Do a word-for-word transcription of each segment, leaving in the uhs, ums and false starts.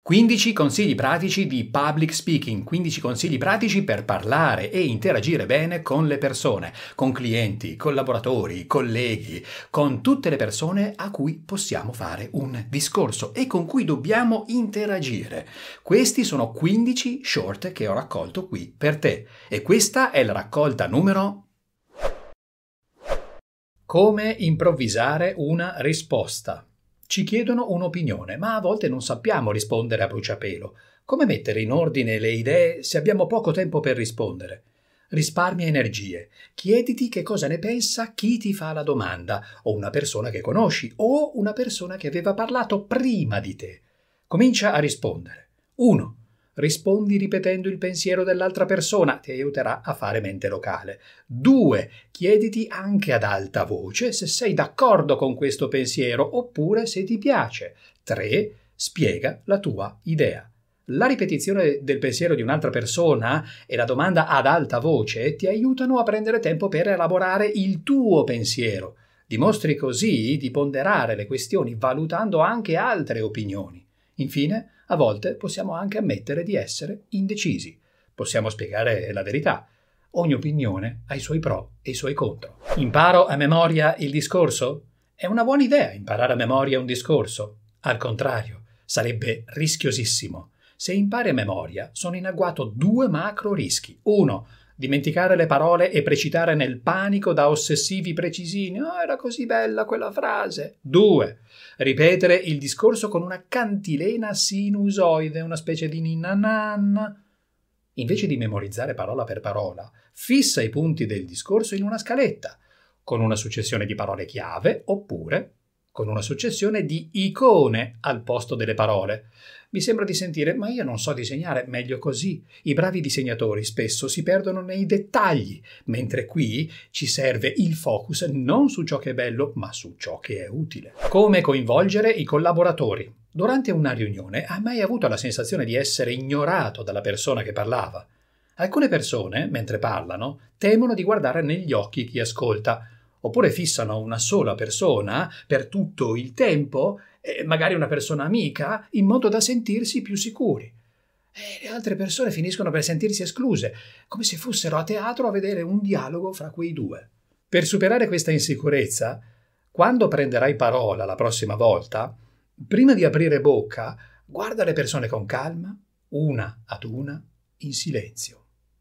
quindici consigli pratici di public speaking, quindici consigli pratici per parlare e interagire bene con le persone, con clienti, collaboratori, colleghi, con tutte le persone a cui possiamo fare un discorso e con cui dobbiamo interagire. Questi sono quindici short che ho raccolto qui per te e questa è la raccolta numero... Come improvvisare una risposta. Ci chiedono un'opinione, ma a volte non sappiamo rispondere a bruciapelo. Come mettere in ordine le idee se abbiamo poco tempo per rispondere? Risparmia energie. Chiediti che cosa ne pensa chi ti fa la domanda, o una persona che conosci, o una persona che aveva parlato prima di te. Comincia a rispondere. uno. Rispondi ripetendo il pensiero dell'altra persona, ti aiuterà a fare mente locale. due. Chiediti anche ad alta voce se sei d'accordo con questo pensiero oppure se ti piace. tre. Spiega la tua idea. La ripetizione del pensiero di un'altra persona e la domanda ad alta voce ti aiutano a prendere tempo per elaborare il tuo pensiero. Dimostri così di ponderare le questioni valutando anche altre opinioni. Infine, a volte possiamo anche ammettere di essere indecisi. Possiamo spiegare la verità. Ogni opinione ha i suoi pro e i suoi contro. Imparo a memoria il discorso? È una buona idea imparare a memoria un discorso. Al contrario, sarebbe rischiosissimo. Se impari a memoria, sono in agguato due macro rischi. uno. Dimenticare le parole e precitare nel panico da ossessivi precisini. «Oh, era così bella quella frase!» due. Ripetere il discorso con una cantilena sinusoide, una specie di ninna nanna. Invece di memorizzare parola per parola, fissa i punti del discorso in una scaletta, con una successione di parole chiave oppure con una successione di icone al posto delle parole. Mi sembra di sentire, ma io non so disegnare, meglio così. I bravi disegnatori spesso si perdono nei dettagli, mentre qui ci serve il focus non su ciò che è bello, ma su ciò che è utile. Come coinvolgere i collaboratori? Durante una riunione hai mai avuto la sensazione di essere ignorato dalla persona che parlava? Alcune persone, mentre parlano, temono di guardare negli occhi chi ascolta, oppure fissano una sola persona per tutto il tempo, eh, magari una persona amica, in modo da sentirsi più sicuri. E le altre persone finiscono per sentirsi escluse, come se fossero a teatro a vedere un dialogo fra quei due. Per superare questa insicurezza, quando prenderai parola la prossima volta, prima di aprire bocca, guarda le persone con calma, una ad una, in silenzio.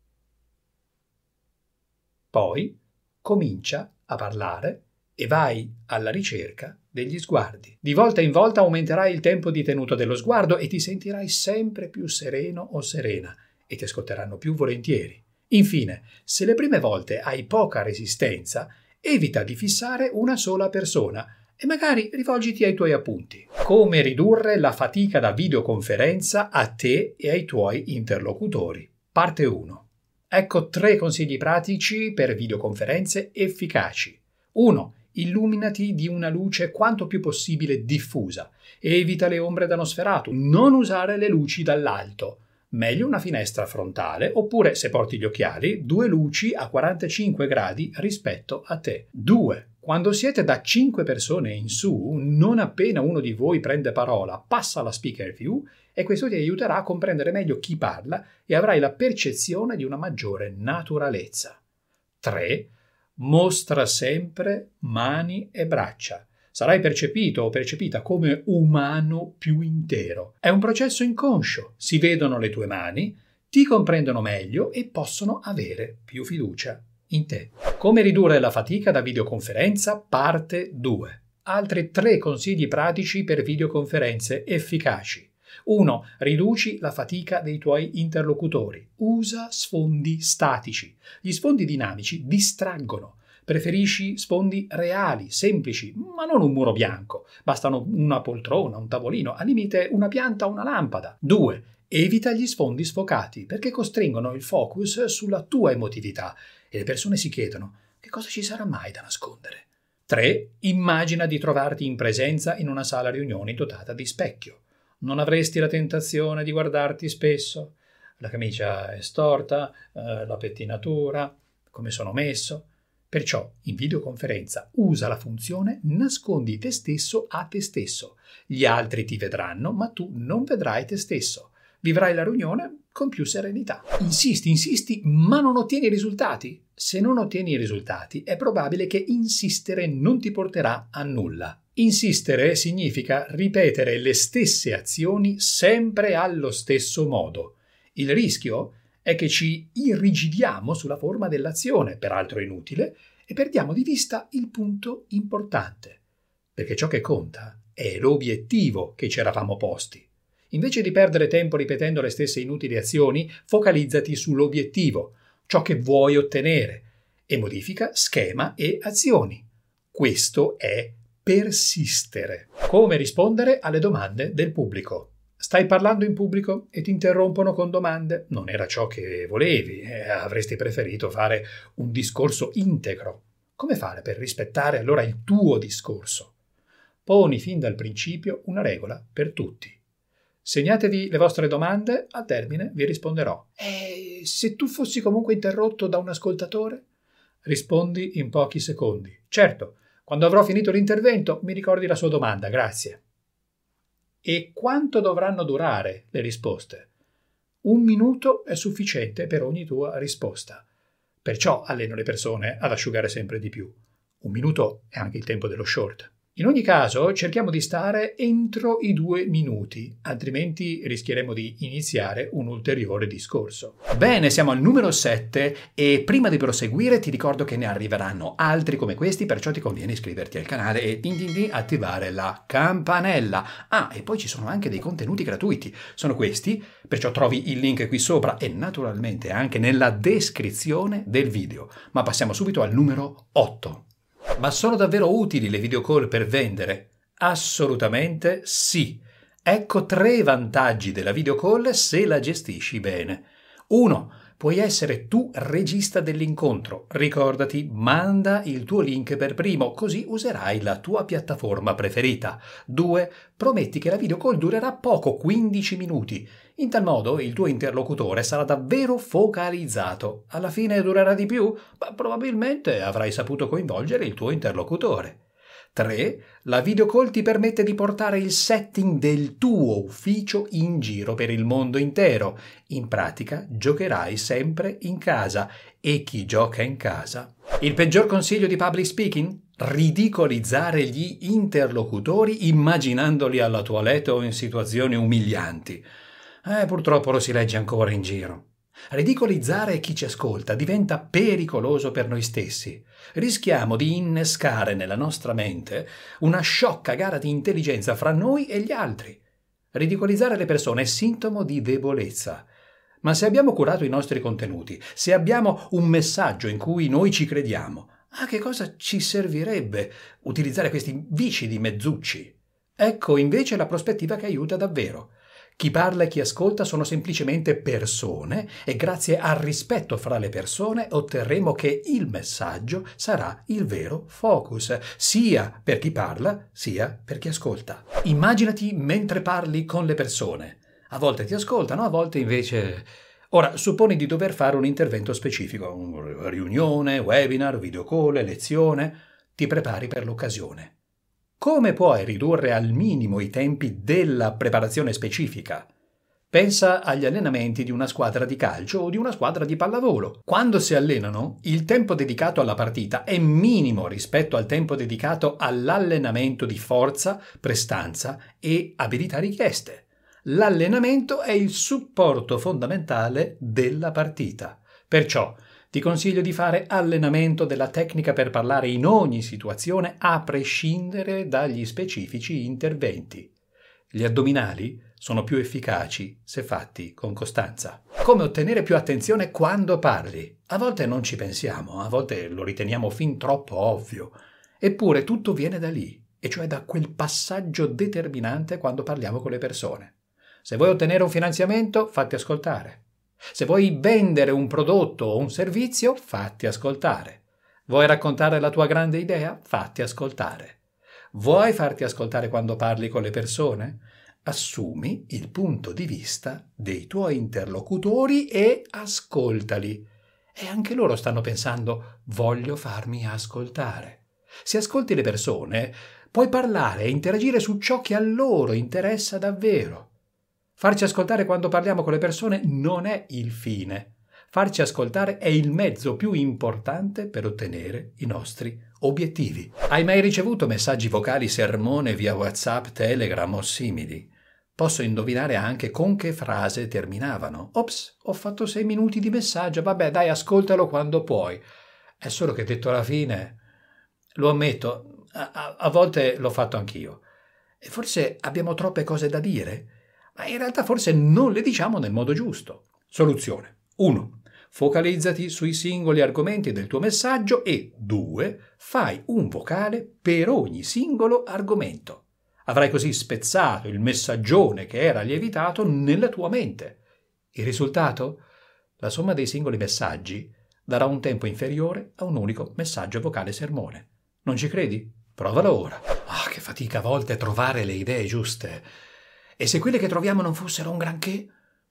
Poi comincia a parlare e vai alla ricerca degli sguardi. Di volta in volta aumenterai il tempo di tenuta dello sguardo e ti sentirai sempre più sereno o serena e ti ascolteranno più volentieri. Infine, se le prime volte hai poca resistenza, evita di fissare una sola persona e magari rivolgiti ai tuoi appunti. Come ridurre la fatica da videoconferenza a te e ai tuoi interlocutori. Parte uno. Ecco tre consigli pratici per videoconferenze efficaci. uno. Illuminati di una luce quanto più possibile diffusa. Evita le ombre da nosferatu. Non usare le luci dall'alto. Meglio una finestra frontale oppure, se porti gli occhiali, due luci a quarantacinque gradi rispetto a te. due. Quando siete da cinque persone in su, non appena uno di voi prende parola, passa alla speaker view e questo ti aiuterà a comprendere meglio chi parla e avrai la percezione di una maggiore naturalezza. tre. Mostra sempre mani e braccia. Sarai percepito o percepita come umano più intero. È un processo inconscio. Si vedono le tue mani, ti comprendono meglio e possono avere più fiducia in te. Come ridurre la fatica da videoconferenza, parte due. Altri tre consigli pratici per videoconferenze efficaci. uno. Riduci la fatica dei tuoi interlocutori. Usa sfondi statici. Gli sfondi dinamici distraggono. Preferisci sfondi reali, semplici, ma non un muro bianco. Bastano una poltrona, un tavolino, al limite una pianta o una lampada. due. Evita gli sfondi sfocati, perché costringono il focus sulla tua emotività e le persone si chiedono che cosa ci sarà mai da nascondere. tre. Immagina di trovarti in presenza in una sala riunioni dotata di specchio. Non avresti la tentazione di guardarti spesso? La camicia è storta, eh, la pettinatura, come sono messo? Perciò in videoconferenza usa la funzione nascondi te stesso a te stesso. Gli altri ti vedranno, ma tu non vedrai te stesso. Vivrai la riunione con più serenità. Insisti, insisti, ma non ottieni risultati. Se non ottieni i risultati, è probabile che insistere non ti porterà a nulla. Insistere significa ripetere le stesse azioni sempre allo stesso modo. Il rischio è che ci irrigidiamo sulla forma dell'azione, peraltro inutile, e perdiamo di vista il punto importante. Perché ciò che conta è l'obiettivo che ci eravamo posti. Invece di perdere tempo ripetendo le stesse inutili azioni, focalizzati sull'obiettivo, ciò che vuoi ottenere, e modifica schema e azioni. Questo è persistere. Come rispondere alle domande del pubblico? Stai parlando in pubblico e ti interrompono con domande? Non era ciò che volevi, eh, avresti preferito fare un discorso integro. Come fare per rispettare allora il tuo discorso? Poni fin dal principio una regola per tutti. Segnatevi le vostre domande, al termine vi risponderò. E se tu fossi comunque interrotto da un ascoltatore? Rispondi in pochi secondi. Certo, quando avrò finito l'intervento mi ricordi la sua domanda, grazie. E quanto dovranno durare le risposte? Un minuto è sufficiente per ogni tua risposta. Perciò alleno le persone ad asciugare sempre di più. Un minuto è anche il tempo dello short. In ogni caso cerchiamo di stare entro i due minuti, altrimenti rischieremo di iniziare un ulteriore discorso. Bene, siamo al numero sette e prima di proseguire ti ricordo che ne arriveranno altri come questi, perciò ti conviene iscriverti al canale e din din din attivare la campanella. Ah, e poi ci sono anche dei contenuti gratuiti, sono questi, perciò trovi il link qui sopra e naturalmente anche nella descrizione del video. Ma passiamo subito al numero otto. Ma sono davvero utili le video call per vendere? Assolutamente sì. Ecco tre vantaggi della video call se la gestisci bene. uno. Puoi essere tu regista dell'incontro. Ricordati, manda il tuo link per primo, così userai la tua piattaforma preferita. due. Prometti che la video call durerà poco, quindici minuti. In tal modo il tuo interlocutore sarà davvero focalizzato. Alla fine durerà di più? Ma probabilmente avrai saputo coinvolgere il tuo interlocutore. tre. La video call ti permette di portare il setting del tuo ufficio in giro per il mondo intero. In pratica giocherai sempre in casa e chi gioca in casa? Il peggior consiglio di public speaking? Ridicolizzare gli interlocutori immaginandoli alla toilette o in situazioni umilianti. Eh, purtroppo lo si legge ancora in giro. Ridicolizzare chi ci ascolta diventa pericoloso per noi stessi. Rischiamo di innescare nella nostra mente una sciocca gara di intelligenza fra noi e gli altri. Ridicolizzare le persone è sintomo di debolezza. Ma se abbiamo curato i nostri contenuti, se abbiamo un messaggio in cui noi ci crediamo, a che cosa ci servirebbe utilizzare questi vicidi mezzucci? Ecco invece la prospettiva che aiuta davvero. Chi parla e chi ascolta sono semplicemente persone e grazie al rispetto fra le persone otterremo che il messaggio sarà il vero focus, sia per chi parla sia per chi ascolta. Immaginati mentre parli con le persone. A volte ti ascoltano, a volte invece... Ora, supponi di dover fare un intervento specifico, una riunione, webinar, video call, lezione. Ti prepari per l'occasione. Come puoi ridurre al minimo i tempi della preparazione specifica? Pensa agli allenamenti di una squadra di calcio o di una squadra di pallavolo. Quando si allenano, il tempo dedicato alla partita è minimo rispetto al tempo dedicato all'allenamento di forza, prestanza e abilità richieste. L'allenamento è il supporto fondamentale della partita. Perciò, ti consiglio di fare allenamento della tecnica per parlare in ogni situazione a prescindere dagli specifici interventi. Gli addominali sono più efficaci se fatti con costanza. Come ottenere più attenzione quando parli? A volte non ci pensiamo, a volte lo riteniamo fin troppo ovvio. Eppure tutto viene da lì, e cioè da quel passaggio determinante quando parliamo con le persone. Se vuoi ottenere un finanziamento, fatti ascoltare. Se vuoi vendere un prodotto o un servizio, fatti ascoltare. Vuoi raccontare la tua grande idea? Fatti ascoltare. Vuoi farti ascoltare quando parli con le persone? Assumi il punto di vista dei tuoi interlocutori e ascoltali. E anche loro stanno pensando: voglio farmi ascoltare. Se ascolti le persone, puoi parlare e interagire su ciò che a loro interessa davvero. Farci ascoltare quando parliamo con le persone non è il fine. Farci ascoltare è il mezzo più importante per ottenere i nostri obiettivi. Hai mai ricevuto messaggi vocali sermone via WhatsApp, Telegram o simili? Posso indovinare anche con che frase terminavano. Ops, ho fatto sei minuti di messaggio, vabbè dai, ascoltalo quando puoi. È solo che detto alla fine, lo ammetto, a, a, a volte l'ho fatto anch'io. E forse abbiamo troppe cose da dire, ma in realtà forse non le diciamo nel modo giusto. Soluzione. uno. Focalizzati sui singoli argomenti del tuo messaggio e due. Fai un vocale per ogni singolo argomento. Avrai così spezzato il messaggione che era lievitato nella tua mente. Il risultato? La somma dei singoli messaggi darà un tempo inferiore a un unico messaggio vocale sermone. Non ci credi? Provalo ora. Ah, che fatica a volte trovare le idee giuste. E se quelle che troviamo non fossero un granché?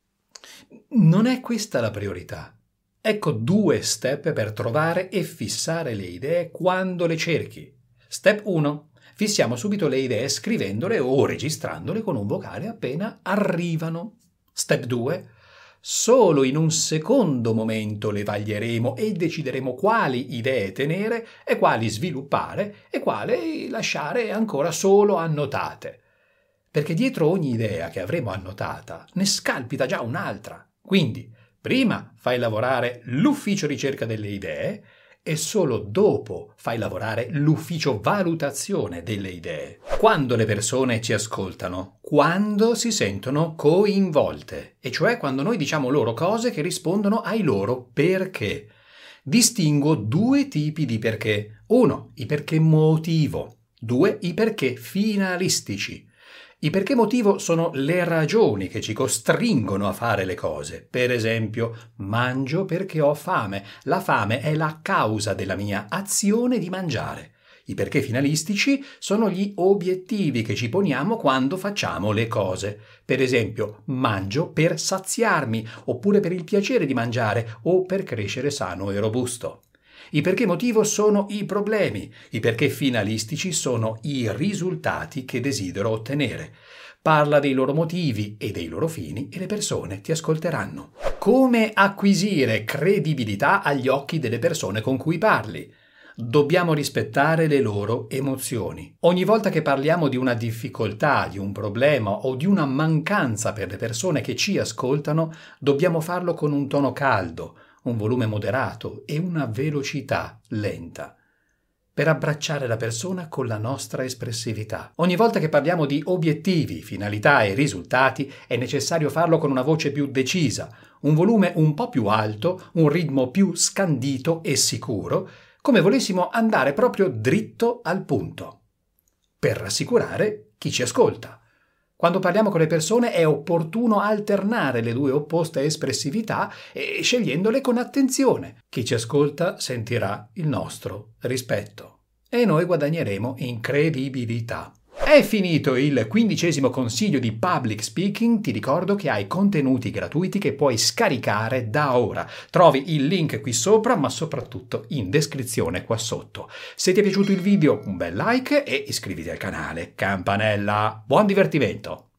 Non è questa la priorità. Ecco due step per trovare e fissare le idee quando le cerchi. Step uno. Fissiamo subito le idee scrivendole o registrandole con un vocale appena arrivano. Step due. Solo in un secondo momento le vaglieremo e decideremo quali idee tenere e quali sviluppare e quali lasciare ancora solo annotate. Perché dietro ogni idea che avremo annotata ne scalpita già un'altra. Quindi, prima fai lavorare l'ufficio ricerca delle idee e solo dopo fai lavorare l'ufficio valutazione delle idee. Quando le persone ci ascoltano? Quando si sentono coinvolte, e cioè quando noi diciamo loro cose che rispondono ai loro perché. Distingo due tipi di perché. Uno, i perché motivo. Due, i perché finalistici. I perché motivo sono le ragioni che ci costringono a fare le cose. Per esempio, mangio perché ho fame. La fame è la causa della mia azione di mangiare. I perché finalistici sono gli obiettivi che ci poniamo quando facciamo le cose. Per esempio, mangio per saziarmi, oppure per il piacere di mangiare o per crescere sano e robusto. I perché motivo sono i problemi, i perché finalistici sono i risultati che desidero ottenere. Parla dei loro motivi e dei loro fini e le persone ti ascolteranno. Come acquisire credibilità agli occhi delle persone con cui parli? Dobbiamo rispettare le loro emozioni. Ogni volta che parliamo di una difficoltà, di un problema o di una mancanza per le persone che ci ascoltano, dobbiamo farlo con un tono caldo, un volume moderato e una velocità lenta, per abbracciare la persona con la nostra espressività. Ogni volta che parliamo di obiettivi, finalità e risultati è necessario farlo con una voce più decisa, un volume un po' più alto, un ritmo più scandito e sicuro, come volessimo andare proprio dritto al punto, per rassicurare chi ci ascolta. Quando parliamo con le persone è opportuno alternare le due opposte espressività e scegliendole con attenzione. Chi ci ascolta sentirà il nostro rispetto e noi guadagneremo in credibilità. È finito il quindicesimo consiglio di public speaking. Ti ricordo che hai contenuti gratuiti che puoi scaricare da ora. Trovi il link qui sopra, ma soprattutto in descrizione qua sotto. Se ti è piaciuto il video, un bel like e iscriviti al canale. Campanella. Buon divertimento!